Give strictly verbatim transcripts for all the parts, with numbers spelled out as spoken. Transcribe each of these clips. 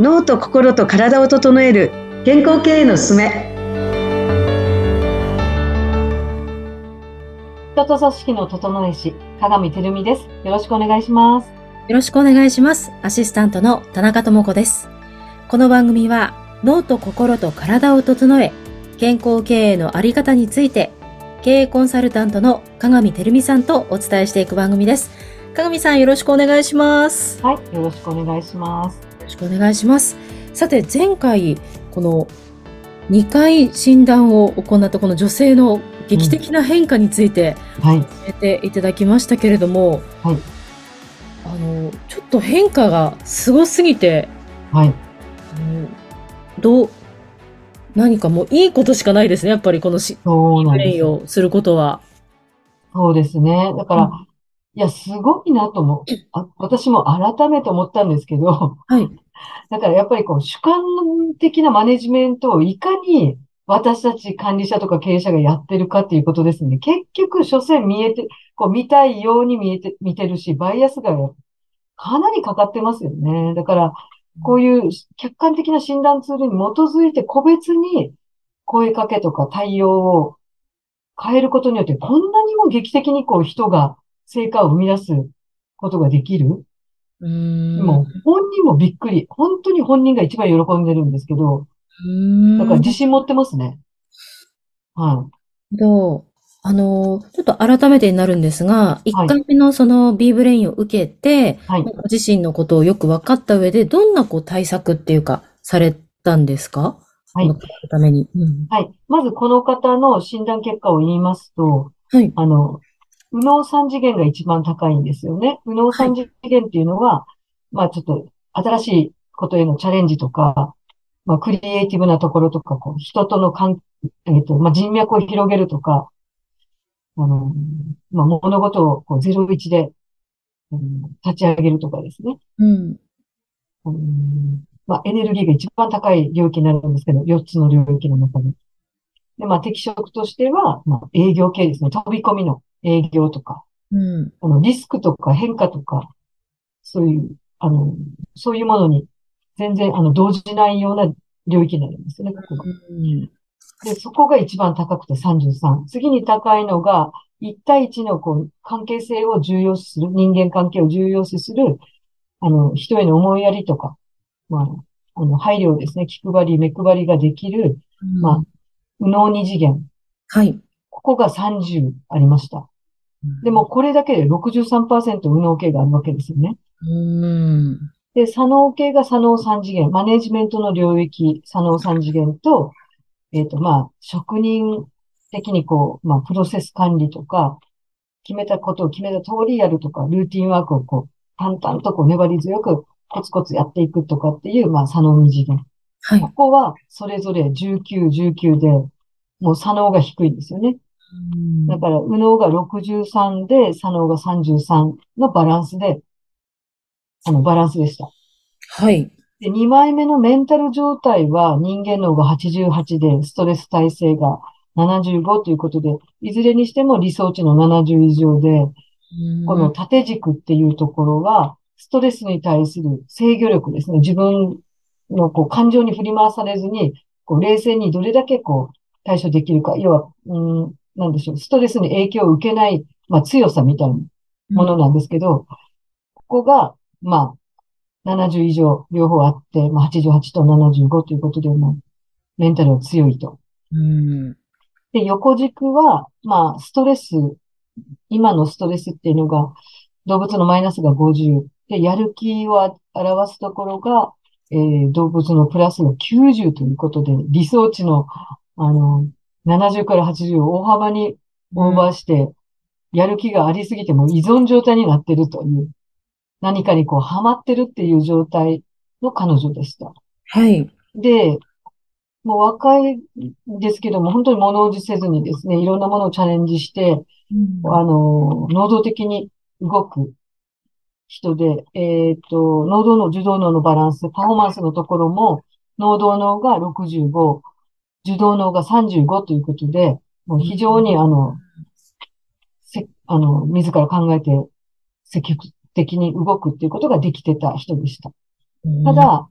脳と心と体を整える健康経営のすすめ。 人と組織の整え師、鏡てるみです。よろしくお願いします。 よろしくお願いします。アシスタントの田中智子です。この番組は脳と心と体を整え、健康経営のあり方について、経営コンサルタントの鏡てるみさんとお伝えしていく番組です。鏡さん、よろしくお願いします。 はい、よろしくお願いします。 よろしくお願いします。さて、前回、このにかい診断を行ったこの女性の劇的な変化について教えていただきましたけれども、 はい、 あのちょっと変化がすごすぎて、 はい、 あのどう何かもういいことしかないですね、やっぱりこのしそうなんです。 ブレインをすることは。 そうですね。だから、 うん、 いや、すごいなと思う。あ、私も改めて思ったんですけど、 はい。 だからやっぱりこう主観的なマネジメントをいかに私たち管理者とか経営者がやってるかっていうことですね。結局、所詮見えて、こう見たいように見えて、見てるし、バイアスがかなりかかってますよね。だから、こういう客観的な診断ツールに基づいて個別に声かけとか対応を変えることによって、こんなにも劇的にこう人が成果を生み出すことができる。 うーん。 もう本人もびっくり。本当に本人が一番喜んでるんですけど、 うーん。 だから自信持ってますね。はどうあの、ちょっと改めてになるんですが、 い。 1 はい。 回目のその B ブレインを受けて、 はい。 まご自身のことをよく分かった上で、どんなこう対策っていうか、されたんですか？ はい。 この変わるために。うん。 はい。まずこの方の診断結果を言いますと、 はい。 あの、右脳三次元が一番高いんですよね。右脳はい。 三次元っていうのは、まあちょっと新しいことへのチャレンジとか、まあクリエイティブなところとか、こう人との関えっと、まあ人脈を広げるとか、あの、まあ物事をこうゼロイチで、うん、立ち上げるとかですね。 うん。 うん、まあエネルギーが一番高い領域になるんですけど、よっつの領域の中で。で、まあ適職としては、まあ営業系ですね。飛び込みの営業とか、 うん。 あの、リスクとか変化とか、そういう、あの、そういうものに全然、あの、動じないような領域になるんですよね、ここが。 うん。 で、そこが一番高くてさんじゅうさん。次に高いのが、いち対いちのこう、関係性を重要視する、人間関係を重要視する、あの、人への思いやりとか、まあ、あの、配慮ですね、気配り、目配りができる、 うまあ、 ん。 右脳二次元。 はい。 ここがさんじゅうありました。でも、これだけでろくじゅうさんパーセント右脳系があるわけですよね。 うん。 で、左脳系が左脳三次元、マネジメントの領域、左脳三次元と、えっと、まあ、職人的にこう、まあ、プロセス管理とか、決めたことを決めた通りやるとか、ルーティンワークをこう、淡々とこう、粘り強くコツコツやっていくとかっていう、まあ、左脳二次元。 はい。 ここは、それぞれじゅうきゅう、じゅうきゅうで、もう左脳が低いんですよね。 うん。 だから、右脳がろくじゅうさんで、左脳がさんじゅうさんのバランスで、あの、バランスでした。 はい。 で、にまいめのメンタル状態は人間脳がはちじゅうはちで、ストレス耐性がななじゅうごということで、いずれにしても理想値のななじゅう以上で、 うこのん。 縦軸っていうところは、ストレスに対する制御力ですね。自分のこう感情に振り回されずに、こう冷静にどれだけこう対処できるか。要は、うん、なんでしょう。ストレスに影響を受けない、まあ強さみたいなうん。 ものなんですけど、ここが、まあ、ななじゅう以上両方あって、まあ、はちじゅうはちとななじゅうごということで、もうメンタルは強いと。 うん。 で、横軸は、まあ、ストレス、今のストレスっていうのが、動物のマイナスがごじゅう。で、やる気を表すところが、えー動物のプラスがきゅうじゅうということで、理想値の、あの、ななじゅうからはちじゅうを大幅にオーうん。 バーして、やる気がありすぎても依存状態になっているという、何かにこう、ハマってるっていう状態の彼女でした。 はい。 で、もう若いですけども、本当に物おじせずにですね、いろんなものをチャレンジして、 うん。 あの、能動的に動く人で、えっと、能動脳、受動脳のバランス、パフォーマンスのところも、能動脳がろくじゅうご、受動脳がさんじゅうごということで、もう非常にあの、せ、あの、自ら考えて積極的に動くっていうことができてた人でした。 うん。 ただ、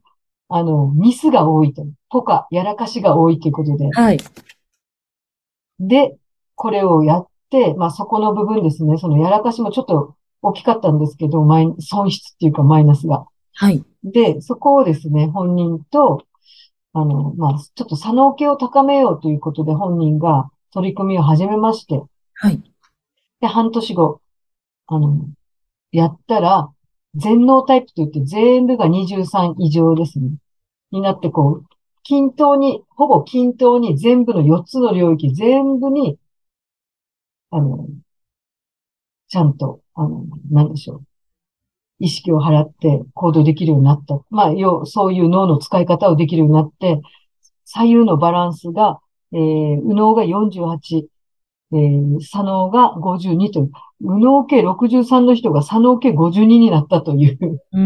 あの、ミスが多いと。とか、やらかしが多いということで。 はい。 で、これをやって、まあそこの部分ですね。そのやらかしもちょっと大きかったんですけど、マイ、損失っていうかマイナスが。 はい。 で、そこをですね、本人と、あの、まあ、ちょっと左脳系を高めようということで本人が取り組みを始めまして、 はい。 で、半年後、あの、やったら、全脳タイプといって全部がにじゅうさん以上ですね。になって、こう、均等に、ほぼ均等に全部のよっつの領域全部に、あの、ちゃんと、あの、なんでしょう。意識を払って行動できるようになった。まあ、要、そういう脳の使い方をできるようになって、左右のバランスが、えー、右脳がよんじゅうはち、えー、左脳がごじゅうにという、右脳系ろくじゅうさんの人が左脳系ごじゅうにになったという、 う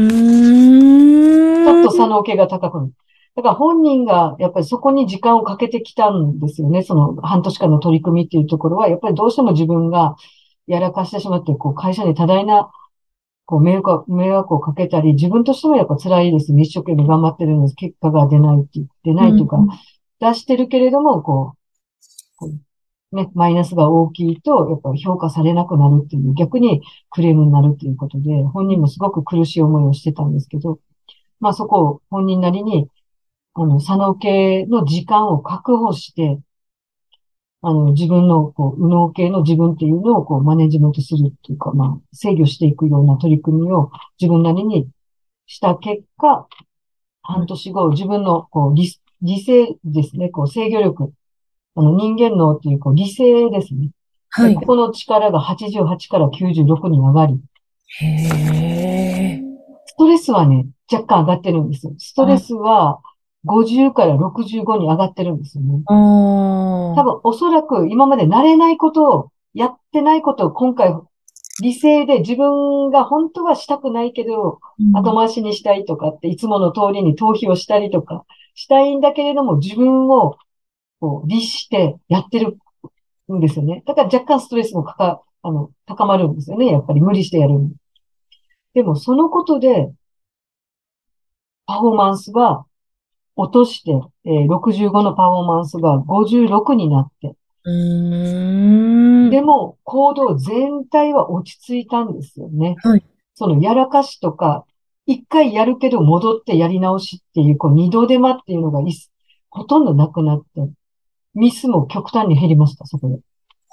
ーちょっと左ん。 脳系が高くなる。だから本人がやっぱりそこに時間をかけてきたんですよね。その半年間の取り組みっていうところは、やっぱりどうしても自分がやらかしてしまって、こう会社に多大なこう迷惑、迷惑をかけたり、自分としてもやっぱ辛いですね。一生懸命頑張ってるんです。結果が出ないっていう、出ないというか、 うん。 出してるけれども、こう、こうね、マイナスが大きいと、やっぱり評価されなくなるっていう、逆にクレームになるっていうことで、本人もすごく苦しい思いをしてたんですけど、まあそこを本人なりに、あの、左脳系の時間を確保して、あの、自分の、こう、右脳系の自分っていうのを、こう、マネジメントするっていうか、まあ、制御していくような取り組みを自分なりにした結果、半年後、自分の、こう、理、理性ですね、こう、制御力、あの、人間脳っていう、こう、理性ですね。で、 はい。 ここの力がはちじゅうはちからきゅうじゅうろくに上がり、 へえ。 ストレスはね、若干上がってるんですよ。ストレあ、 スはごじゅうからろくじゅうごに上がってるんですよね。 あー、 多分、おそらく今まで慣れないことを、やってないことを今回、理性で自分が本当はしたくないけど、 うん。 後回しにしたいとかって、いつもの通りに逃避をしたりとか、したいんだけれども、自分をこう律してやってるんですよね。だから若干ストレスもかか、あの、高まるんですよね。やっぱり無理してやる。でも、そのことで、パフォーマンスが落として、えーろくじゅうごのパフォーマンスがごじゅうろくになって、 うーん。 でも、行動全体は落ち着いたんですよね。 はい。 そのやらかしとか、一回やるけど戻ってやり直しっていう、こう二度手間っていうのがいすほとんどなくなって、ミスも極端に減りました、そこで。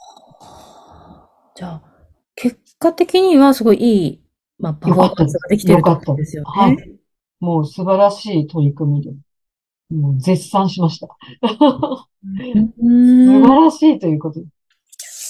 じゃあ、結果的にはすごいいい、まあ、パよフォーマンかったです。 スができているってよかったです。 ことですよね。 はい。もう素晴らしい取り組みで、もう絶賛しました。 う素ーん。 晴らしいということです。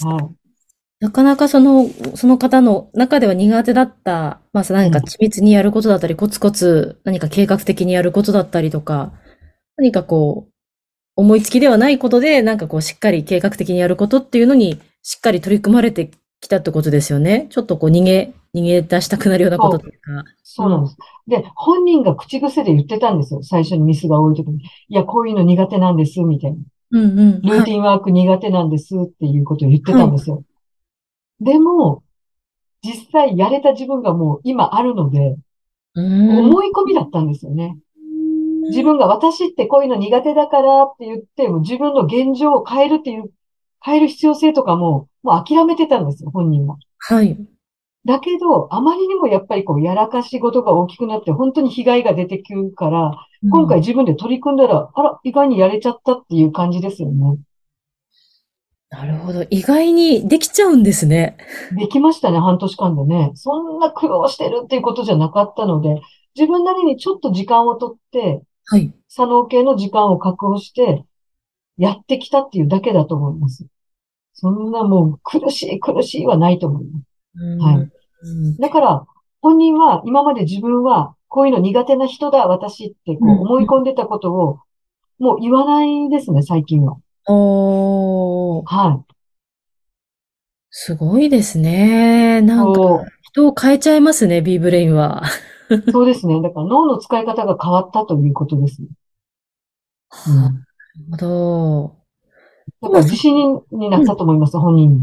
はなかなかその、その方の中では苦手だった、まあ、 い。 何かうん。 緻密にやることだったり、コツコツ何か計画的にやることだったりとか、何かこう、思いつきではないことで、なんかこう、しっかり計画的にやることっていうのに、しっかり取り組まれてきたってことですよね。ちょっとこう、逃げ、逃げ出したくなるようなこととそう、 いうか。うん。 そうなんです。で、本人が口癖で言ってたんですよ。最初にミスが多い時に。いや、こういうの苦手なんです、みたいな。 うんうん。はい。 ルーティンワーク苦手なんです、っていうことを言ってはい。 たんですよ。でも、実際やれた自分がもう今あるので、 うーん。 思い込みだったんですよね。自分が私ってこういうの苦手だからって言って、もう自分の現状を変えるっていう、変える必要性とかも、もう諦めてたんですよ、本人は。 はい。 だけど、あまりにもやっぱりこう、やらかし事が大きくなって、本当に被害が出てくるから、 うん。 今回自分で取り組んだら、あら、意外にやれちゃったっていう感じですよね。 なるほど。意外にできちゃうんですね。 できましたね、半年間でね。そんな苦労してるっていうことじゃなかったので、自分なりにちょっと時間をとって、 はい。 作農系の時間を確保して、やってきたっていうだけだと思います。そんなもう苦しい苦しいはないと思います。 うーん。 はい。だから、本人は今まで自分はこういうの苦手な人だ、私ってこううん。 思い込んでたことをもう言わないですね、最近は。 おー、 はい。 すごいですね。なんか、 そう、 人を変えちゃいますね、B ブレインは。 そうですね。だから脳の使い方が変わったということですね。うん。 なるほど。 だから今そ自信になっうん。 たと思います、本人も。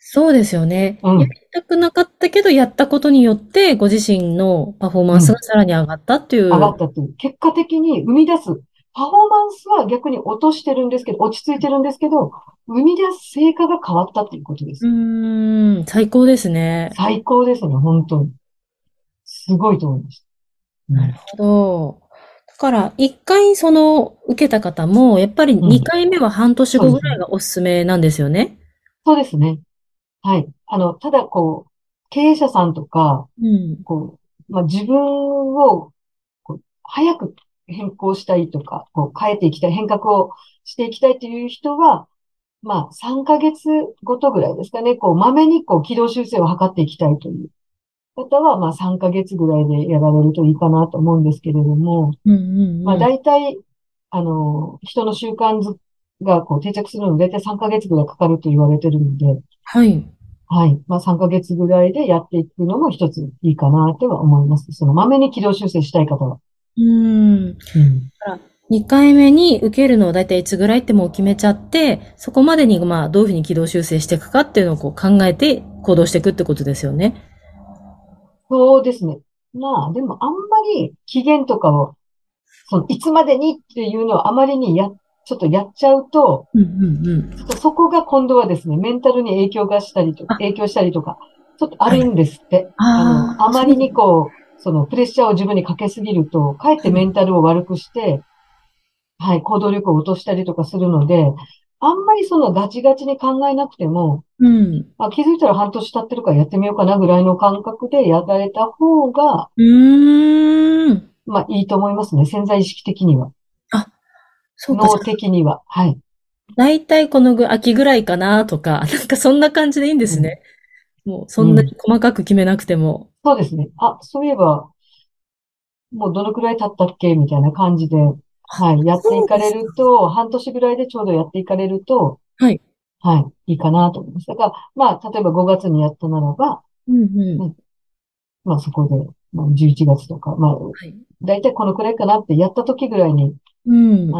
そうですよね。 うん。 やりたくなかったけど、やったことによって、ご自身のパフォーマンスがさらに上がったってい上がっう。 たっていう。結果的に生み出す。パフォーマンスは逆に落としてるんですけど、落ち着いてるんですけど、生み出す成果が変わったっていうことでうす。 ーん、最高ですね。 最高ですね、本当に。すごいと思いました。うん。 なるほど。だから、一回その、受けた方も、やっぱりうん。 二回目は半年そうですね。 後ぐらいがおすすめなんですよね。 そうですね。はい。あの、ただこう、経営者さんとか、 うん。 こう、まあ、自分をこう早く変更したいとか、こう変えていきたい、変革をしていきたいという人は、まあ、さんかげつごとぐらいですかね、こう、まめにこう、軌道修正を図っていきたいという方は、まあ、さんかげつぐらいでやられるといいかなと思うんですけれども、 うんうんまあ、 うん。 大体、あの、人の習慣づがこう定着するのに大体さんかげつぐらいかかると言われてるので、 はい。 はい。まあ、さんかげつぐらいでやっていくのも一ついいかなっては思います。その、まめに軌道修正したい方は。 うーん。 うん。 だからにかいめに受けるのをだいたいいつぐらいってもう決めちゃって、そこまでにまあどういうふうに軌道修正していくかっていうのをこう考えて行動していくってことですよね。 そうですね。まあ、でもあんまり期限とかを、その、いつまでにっていうのをあまりにや、ちょっとやっちゃうと、 うんうんうん。 ちょっとそこが今度はですね、メンタルに影響がしたりと、 あ、 影響したりとか、ちょっとあはい。 るんですって。あの、 ああ、 あまりそうです。 にこう、そのプレッシャーを自分にかけすぎると、かえってはい。 メンタルを悪くして、はい、行動力を落としたりとかするので、あんまりそのガチガチに考えなくても、 うん。 あ、気づいたら半年経ってるからやってみようかなぐらいの感覚でやられた方が、 うーん。 まあいいと思いますね。潜在意識的には。 あ、そうか、じ脳ゃあ、 的には。はい。 だいたいこのぐ秋ぐらいかなとか、なんかそんな感じでいいんでうん。 すね。もうそんなにうん。 細かく決めなくても。 そうですね。あ、そういえば、もうどのくらい経ったっけみたいな感じで、 あ、 はい。やっていかれそうですか。 ると、半年ぐらいでちょうどやっていかれると、 はい。 はい。いいかなと思います。だから、まあ、例えばごがつにやったならば、 うんうん。 ね、まあそこで、まあじゅういちがつとか、まあ、 はい。 だいたいこのくらいかなってやった時ぐらいに、 うん。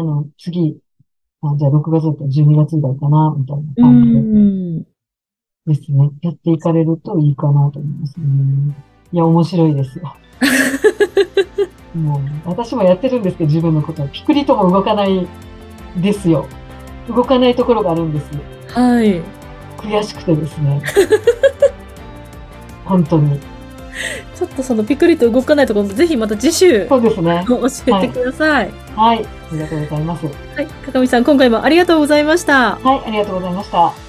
あの、次、あ、じゃあろくがつだったらじゅうにがつぐらいかな、みたいなう感じでーん。 ですね。やっていかれるといいかなと思いますね。いや、面白いですよ。もう、私もやってるんですけど、自分のことは。ピクリとも動かないですよ。動かないところがあるんです。 はい。 悔しくてですね。本当に。 ちょっとそのピクリと動かないところ、ぜひまた次週、 そうですね。 あの教えはい。 てください。 はい。ありがとうございます。 はい。かかみさん、今回もありがとうございました。 はい。ありがとうございました。